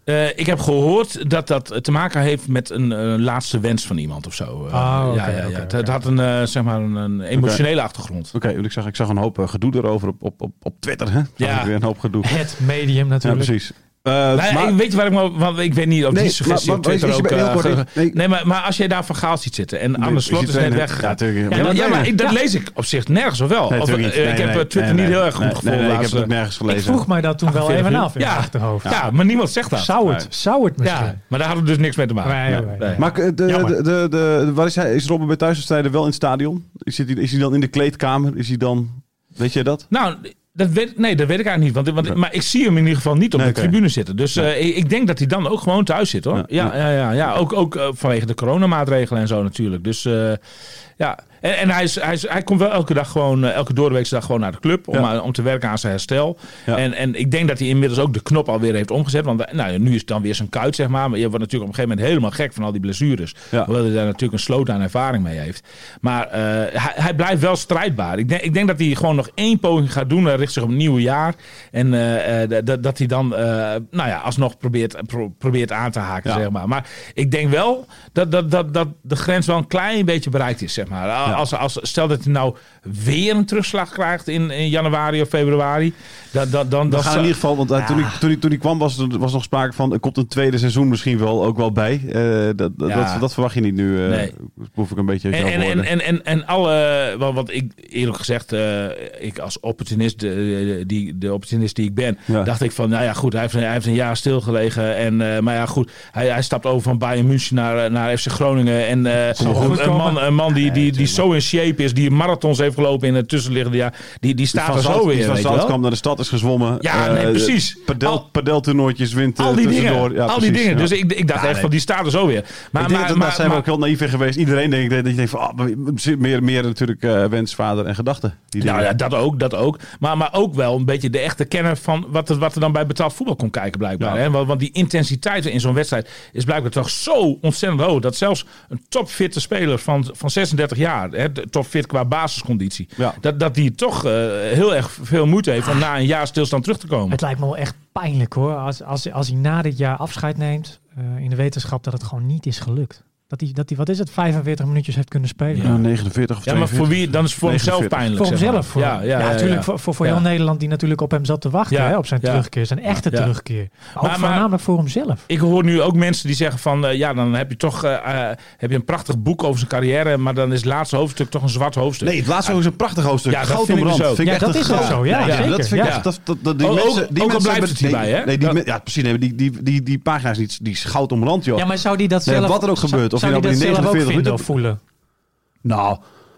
Uh, ik heb gehoord dat dat te maken heeft met een uh, laatste wens van iemand of zo. Uh, oh, okay, ja, ja, ja. Okay, het, het had een, uh, zeg maar een, een emotionele okay. achtergrond. Oké, okay, ik, zag, ik zag een hoop uh, gedoe erover op, op, op, op Twitter. Hè? Ja. Weer een hoop gedoe. Het medium natuurlijk. Ja, precies. Uh, maar, maar, weet je waar ik me, want ik weet niet of nee, die suggestie op Twitter ook... Uh, ge, nee. nee, maar, maar als jij daar Van Gaal ziet zitten en nee, Arne Slot is net weggegaan. Ja, ja, ja, maar, ja, maar ik, dat lees ik op zich nergens of wel. Nee, of, uh, nee, ik nee, heb nee, Twitter nee, niet heel nee, erg goed nee, gevonden. Nee, nee, ik heb het ook nergens gelezen. Ik vroeg mij dat toen wel even af in ja, het achterhoofd. Ja, ja, maar niemand zegt dat. Zou het, zou het misschien. Ja, maar daar hadden we dus niks mee te maken. Nee, nee, nee. Maar de, de, de, de, de, waar is hij? Is Robben bij thuiswedstrijden wel in het stadion? Is hij, is hij dan in de kleedkamer? Is hij dan... Weet jij dat? Nou... Dat weet, nee, dat weet ik eigenlijk niet. Want, want, maar ik zie hem in ieder geval niet op nee, de okay. tribune zitten. Dus uh, ik, ik denk dat hij dan ook gewoon thuis zit, hoor. Ja, ja, ja, ja, ja. Ook, ook uh, vanwege de coronamaatregelen en zo natuurlijk. Dus uh, ja... En, en hij, is, hij, is, hij komt wel elke dag gewoon, elke doordeweekse dag gewoon naar de club. Om, ja. om te werken aan zijn herstel. Ja. En, en ik denk dat hij inmiddels ook de knop alweer heeft omgezet. Want nou, nu is het dan weer zijn kuit, zeg maar. Maar je wordt natuurlijk op een gegeven moment helemaal gek van al die blessures. Ja. Hoewel hij daar natuurlijk een sloot aan ervaring mee heeft. Maar uh, hij, hij blijft wel strijdbaar. Ik denk, ik denk dat hij gewoon nog één poging gaat doen. Hij richt zich op een nieuwe jaar. En uh, uh, dat, dat hij dan uh, nou ja, alsnog probeert, pro, probeert aan te haken, ja. zeg maar. Maar ik denk wel dat, dat, dat, dat de grens wel een klein beetje bereikt is, zeg maar. Ja. Als, als, stel dat hij nou weer een terugslag krijgt in, in januari of februari. Dat, dat, dan, dan gaan in ieder geval, want uh, ja. toen, ik, toen, ik, toen ik kwam was er was nog sprake van, er komt een tweede seizoen misschien wel ook wel bij. Uh, dat, ja. dat, dat verwacht je niet nu. Uh, nee. Proef ik een beetje en, en, en, en, en, en alle, wat, wat ik eerlijk gezegd, uh, ik als opportunist, uh, die, de opportunist die ik ben, ja. dacht ik van, nou ja goed, hij heeft, hij heeft een jaar stilgelegen. En, uh, maar ja goed, hij, hij stapt over van Bayern München naar, naar F C Groningen. En uh, een, een, man, een man die, die, die zo in shape is, die marathons heeft gelopen in het tussenliggende jaar, die, die staat die er zo Zout, weer. Die van Zoutkamp naar de stad is gezwommen. Ja, uh, nee, precies. Padel, padeltoernooitjes wint al die tussendoor. Dingen, ja, al precies, die dingen. Ja. Dus ik, ik dacht ja, echt nee. van, die staat er zo weer. Maar, ik denk maar, dat, maar, dat zijn maar, we ook heel naïef in geweest. Iedereen denkt dat je denkt van, oh, meer, meer natuurlijk uh, wens, vader en gedachten. Die nou ja, dat ook, dat ook. Maar, maar ook wel een beetje de echte kenner van wat er, wat er dan bij betaald voetbal komt kijken blijkbaar. Ja. Hè? Want, want die intensiteit in zo'n wedstrijd is blijkbaar toch zo ontzettend hoog. Dat zelfs een topfitte speler van, van zesendertig jaar, hè, topfit qua basisconditie, ja. dat, dat die toch uh, heel erg veel moeite heeft om na een jaar stilstand terug te komen. Het lijkt me wel echt pijnlijk hoor, als, als, als hij na dit jaar afscheid neemt, uh, in de wetenschap dat het gewoon niet is gelukt. Dat hij, dat hij, wat is het, vijfenveertig minuutjes heeft kunnen spelen. Ja, negenenveertig of ja, maar voor wie? Dan is het voor hemzelf pijnlijk. Voor hemzelf. Voor, ja, ja, ja, natuurlijk ja, ja. voor, voor, voor heel ja. Nederland die natuurlijk op hem zat te wachten. Ja, hè, op zijn ja. terugkeer, zijn echte ja. terugkeer. Maar, maar ook voornamelijk voor hemzelf. Ik hoor nu ook mensen die zeggen van, uh, ja, dan heb je toch uh, uh, heb je een prachtig boek over zijn carrière, maar dan is het laatste hoofdstuk toch een zwart hoofdstuk. Nee, het laatste hoofdstuk is een prachtig hoofdstuk. Ja, dat vind ik dus ook. Ja, dat is ook zo. Ja, zeker. Dat vind ik echt, dat, dat, die ook, mensen, die ook mensen al blijft het hierbij, hè? Nee, die, ja, precies. Nee, die, die, die, die pagina is niet, die is goud omrand, joh. Ja, maar zou die dat zelf... Wat er ook gebeurt, of je nou bij die negenenveertig vinden of voelen? Nou,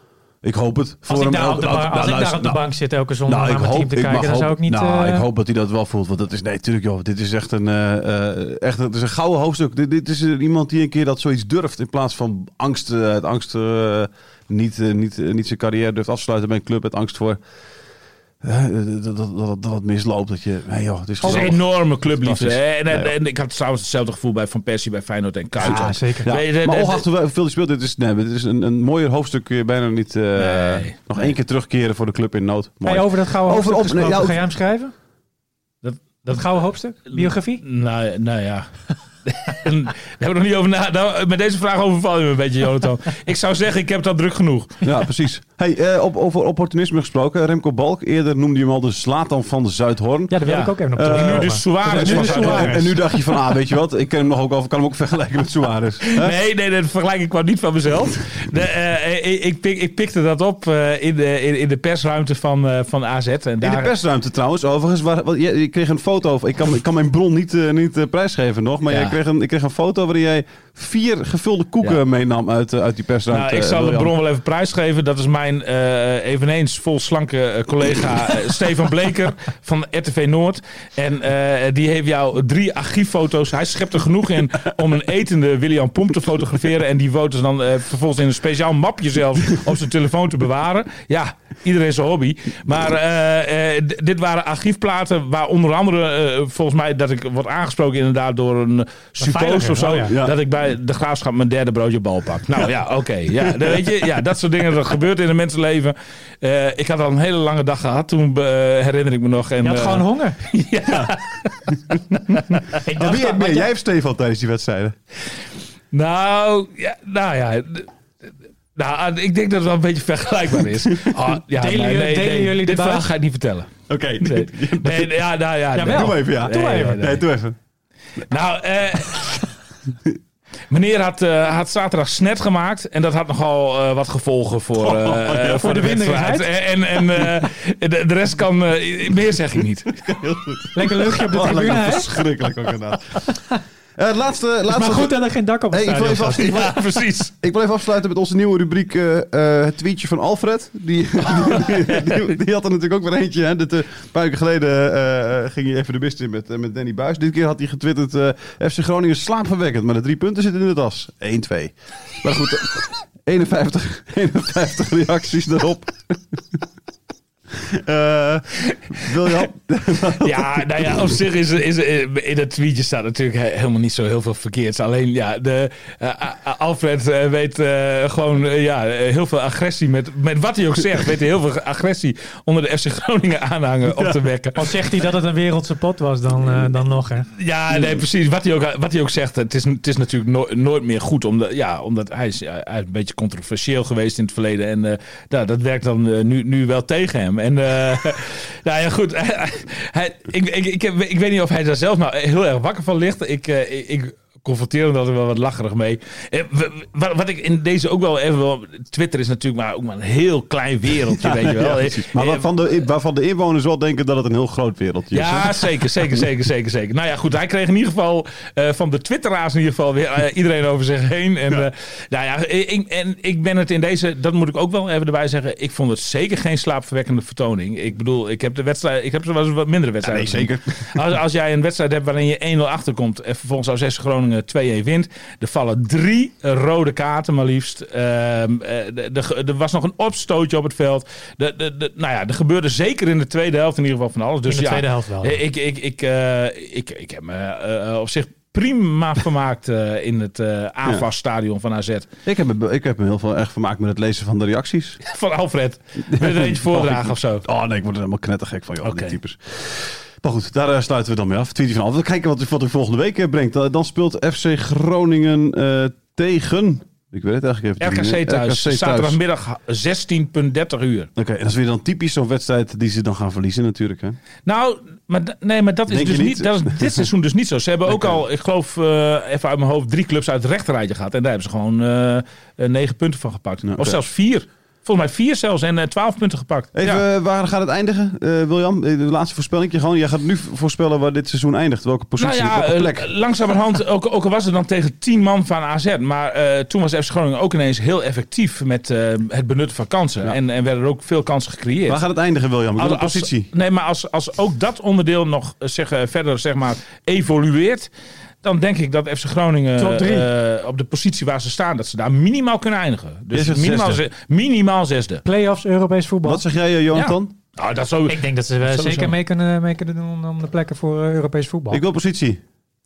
ik hoop het. Voor als ik daar, op de, ba- als ik daar op de bank zit elke zondag nou, naar mijn team te kijken, dan hoop, zou ik niet... Nou, uh... ik hoop dat hij dat wel voelt. Want dat is, nee, natuurlijk joh, dit is echt een, uh, echt, het is een gouden hoofdstuk. Dit, dit is iemand die een keer dat zoiets durft. In plaats van angst, uh, het angst uh, niet, uh, niet, uh, niet zijn carrière durft afsluiten bij een club. Het angst voor... Uh, dat, dat, dat, dat het misloopt. Dat je, hey joh, het is een enorme clubliefde. En, en, en ik had trouwens hetzelfde gevoel bij Van Persie, bij Feyenoord en Kuyt. Ja, zeker. Ja. Nee, de, maar ongeacht hoeveel hij speelt, dit is, nee, dit is een, een mooier hoofdstuk. Kun je bijna niet uh, nee, nog nee. één keer terugkeren voor de club in nood. Hey, over dat gouden over, hoofdstuk op, nee, ja, ga jij hem schrijven? Dat, dat gouden hoofdstuk? Biografie? Nou, nou ja... Daar hebben we nog niet over na. Nou, met deze vraag overval je me een beetje, Jonathan. Ik zou zeggen, ik heb het al druk genoeg. Ja, precies. Hey, uh, op, over opportunisme gesproken. Remco Balk, eerder noemde je hem al de Zlatan van de Zuidhoorn. Ja, daar wil ja. ik ook even op terug. Uh, nu de Suarez van Zuidhoorn. En nu dacht je van, ah, weet je wat? Ik ken hem nog ook al, kan hem ook vergelijken met Suarez. Huh? Nee, nee, dat vergelijk ik kwam niet van mezelf. De, uh, ik, ik, pik, ik pikte dat op uh, in, de, in, in de persruimte van, uh, van A Z. En daar... In de persruimte trouwens, overigens. Waar, wat, je, je kreeg een foto. Ik kan, ik kan mijn bron niet, uh, niet uh, prijsgeven nog, maar ja. je kreeg een, ik kreeg een foto waarin jij vier gevulde koeken ja. meenam uit, uh, uit die persruimte. Nou, ik zal de bron wel even prijsgeven. Dat is mijn uh, eveneens vol slanke uh, collega uh, Stefan Bleker van R T V Noord. En uh, die heeft jou drie archieffoto's. Hij schept er genoeg in om een etende William Pomp te fotograferen. En die foto's dan uh, vervolgens in een speciaal mapje zelf op zijn telefoon te bewaren. Ja, iedereen zijn hobby. Maar uh, uh, d- dit waren archiefplaten waar onder andere uh, volgens mij dat ik word aangesproken inderdaad door een suppost of zo. Oh, ja. Ja. Dat ik bij de Graafschap mijn derde broodje bal pak. Nou ja, oké. Okay, ja, dan weet je, ja, dat soort dingen, dat gebeurt in een mensenleven. Uh, ik had al een hele lange dag gehad. Toen uh, herinner ik me nog. En, je had uh, gewoon honger. Ja. ik Maar wie heeft meer? Jij hebt Stefan tijdens die wedstrijden. Nou, ja, nou ja. D- Nou, ik denk dat het wel een beetje vergelijkbaar is. Oh, ja, delen nee, nee, delen nee, jullie dit de verhaal buis? ga ik niet vertellen. Oké. Okay. Nee, nee, ja, nou ja. Ja, nee. wel. Doe even, ja. Nee, Doe even. nee, nee. Nee, doe even. Nou, eh... meneer had, uh, had zaterdag snet gemaakt. En dat had nogal uh, wat gevolgen voor, uh, oh, ja, voor, voor de, de wedstrijd. En, en uh, de, de rest kan... Uh, meer zeg ik niet. Heel goed. Lekker luchtje op de Oh, tribune, lekker hè? Verschrikkelijk ook inderdaad. Uh, het laatste, laatste... Maar goed dat er geen dak op het Hey, ik, wil stadion even staat. af, ik, wil, Ja, precies. ik wil even afsluiten met onze nieuwe rubriek. Uh, uh, het tweetje van Alfred. Die, die, die, die had er natuurlijk ook weer eentje. Hè. Dit, uh, een paar weken geleden uh, ging hij even de mist in met, uh, met Danny Buis. Dit keer had hij getwitterd. Uh, F C Groningen slaapverwekkend. Maar de drie punten zitten in de tas. één twee. Maar goed. eenenvijftig, eenenvijftig reacties erop. Uh, wil je Ja, nou ja, op zich is, is in het tweetje staat natuurlijk helemaal niet zo heel veel verkeerds. Alleen ja, de, uh, Alfred uh, weet uh, gewoon uh, ja, heel veel agressie met, met wat hij ook zegt. Weet hij heel veel agressie onder de F C Groningen aanhangen op te wekken. Al zegt hij dat het een wereldse pot was, dan, uh, dan nog, hè? Ja, nee, precies. Wat hij ook, wat hij ook zegt, het is, het is natuurlijk no, nooit meer goed. Omdat, ja, omdat hij is, hij is een beetje controversieel geweest in het verleden. En uh, nou, dat werkt dan uh, nu, nu wel tegen hem. En uh, nou ja, goed. Hij, hij, ik, ik, ik, heb, ik weet niet of hij daar zelf nou heel erg wakker van ligt. Ik, uh, ik, ik confronteer hem er wel wat lacherig mee. Uh, wat, wat ik in deze ook wel even wil... Twitter is natuurlijk maar ook maar een heel klein wereldje, ja, weet je wel. Ja, maar waarvan de, waarvan de inwoners wel denken dat het een heel groot wereldje is. Ja, zeker, zeker, zeker, zeker, zeker. Nou ja, goed. Hij kreeg in ieder geval uh, van de Twitteraars in ieder geval weer uh, iedereen over zich heen. En, ja. Uh, nou ja, ik, en ik ben het in deze... Dat moet ik ook wel even erbij zeggen. Ik vond het zeker geen slaapverwekkende vertoning. Ik bedoel, ik heb de wedstrijd... Ik heb er wel eens wat mindere wedstrijden. Ja, nee, zeker. Als, als jij een wedstrijd hebt waarin je één nul achterkomt en vervolgens als F C Groningen twee-een wint. Er vallen drie rode kaarten maar liefst. Uh, er was nog een opstootje op het veld. De, de, de, nou ja, er gebeurde zeker in de tweede helft in ieder geval van alles. Dus in de ja, tweede helft wel. Ik, ik, ik, uh, ik, ik heb me uh, op zich prima vermaakt uh, in het uh, A F A S-stadion van A Z. Ik heb, me, ik heb me heel veel erg vermaakt met het lezen van de reacties. Van Alfred. Wil je er eentje voordragen oh, of zo? Oh nee, ik word er helemaal knettergek van. Joh, okay. Die types. Maar goed, daar uh, sluiten we dan mee af. Tweetje van Alfred. Kijken wat, wat u volgende week uh, brengt. Uh, dan speelt F C Groningen uh, tegen... Ik weet het eigenlijk even. R K C thuis. R K C zaterdagmiddag zestien uur dertig uur. Oké, okay, en dat is weer dan typisch zo'n wedstrijd die ze dan gaan verliezen natuurlijk. Hè? Nou, maar, nee, maar dat is Denk dus niet? niet, dat is dit seizoen dus niet zo. Ze hebben ook okay. al, ik geloof, uh, even uit mijn hoofd, drie clubs uit het rechterrijtje gehad. En daar hebben ze gewoon uh, negen punten van gepakt. Nou, of okay. zelfs vier. Volgens mij vier zelfs en uh, twaalf punten gepakt. Even, ja. uh, waar gaat het eindigen, uh, William? De laatste voorspelling. Gewoon, jij gaat nu voorspellen waar dit seizoen eindigt. Welke positie, nou ja, welke plek? Uh, langzamerhand, ook, ook al was het dan tegen tien man van A Z. Maar uh, toen was F C Groningen ook ineens heel effectief met uh, het benutten van kansen. Ja. En, en werden er ook veel kansen gecreëerd. Waar gaat het eindigen, William? Welke positie? Als, nee, maar als, als ook dat onderdeel nog uh, zeg, uh, verder zeg maar, evolueert... Dan denk ik dat F C Groningen uh, op de positie waar ze staan, dat ze daar minimaal kunnen eindigen. Dus minimaal, ze, minimaal zesde. Play-offs, Europees voetbal. Wat zeg jij, Jonathan? Ja. Nou, dat zou, ik denk dat ze uh, zeker mee kunnen, mee kunnen doen om de plekken voor uh, Europees voetbal. Ik wil positie.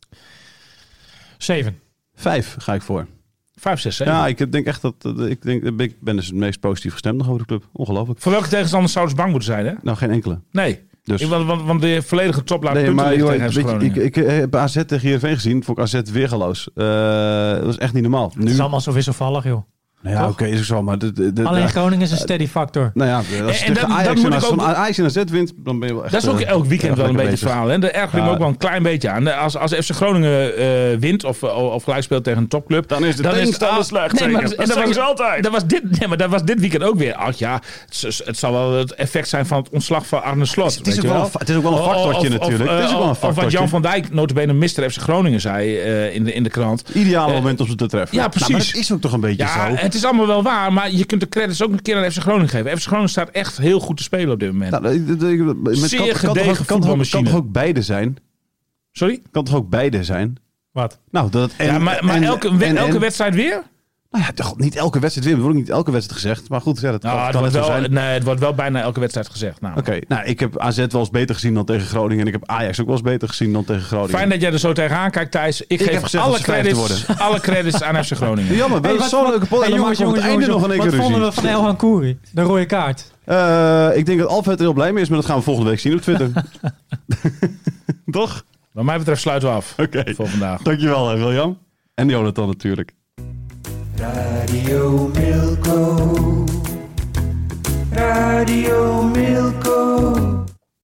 Zeven. Vijf ga ik voor. Vijf, zes, zeven. Ja, ik denk echt dat... Ik, denk, ik ben dus het meest positief gestemd nog over de club. Ongelooflijk. Voor welke tegenstander zouden ze bang moeten zijn, hè? Nou, geen enkele. Nee. Dus. Ik, want, want de volledige top laat nee, punten maar, liggen joh, tegen weet je, ik, ik heb A Z tegen Heerenveen gezien. Vond ik A Z weergaloos. Uh, dat was echt niet normaal. Het nu... is allemaal zo wisselvallig, joh. Nou ja, oké, okay, is ook zo, maar... De, de, de, Alleen de, Groningen is een steady factor. Nou ja, als je en, tegen en Ajax, en als ook... Ajax en A Z wint, dan ben je wel echt... Dat is ook elk weekend uh, wel een beetje het verhaal. En daar erger ik me ook wel een klein beetje aan. Als, als F C Groningen uh, wint of, of gelijk speelt tegen een topclub... Dan is de tegenstander slecht. Nee, maar dat, dat was altijd. Dat was, dit, nee, maar dat was dit weekend ook weer. Ach ja, het, het zal wel het effect zijn van het ontslag van Arne Slot. Het is, het is, ook, wel een, het is ook wel een factortje of, natuurlijk. Of, het is ook wel een factortje. Of wat Jan van Dijk, notabene mister F C Groningen, zei uh, in, de, in de krant. Ideale uh, moment om ze te treffen. Ja, precies. Nou, maar dat is ook toch een beetje ja, zo. Het is allemaal wel waar. Maar je kunt de credits ook een keer aan F C Groningen geven. F C Groningen staat echt heel goed te spelen op dit moment. Nou, de, de, de, de, Zeer kan, gedegen kan, voetbalmachine. Kan toch ook beide zijn? Sorry? Kan toch ook beide zijn? Wat? Nou, dat en, ja, maar, maar en, elke, en, elke en, wedstrijd weer? Nou ja, toch niet elke wedstrijd winnen. Dat wordt ook niet elke wedstrijd gezegd. Maar goed, ja, dat Nou, kan, het, kan wordt net zo wel, zijn. nee, het wordt wel bijna elke wedstrijd gezegd. Oké, okay, nou, ik heb A Z wel eens beter gezien dan tegen Groningen. En ik heb Ajax ook wel eens beter gezien dan tegen Groningen. Fijn dat jij er zo tegenaan kijkt, Thijs. Ik, Ik geef heb gezegd alle, dat ze vijfde credits, alle credits aan F C Groningen. Jammer, we Hey, hebben wat- zo'n leuke pot. En Hey, dan jongens, maken we op het jongens, einde nog jongens, een één keer wat ruzie. vonden we van Elhan Kouri? De rode kaart. Uh, ik denk dat Alfred er heel blij mee is, maar dat gaan we volgende week zien op Twitter. Toch? Wat mij betreft sluiten we af Oké. Okay. voor vandaag. Dankjewel, hè, William. En Jonathan natuurlijk. Radio Milko.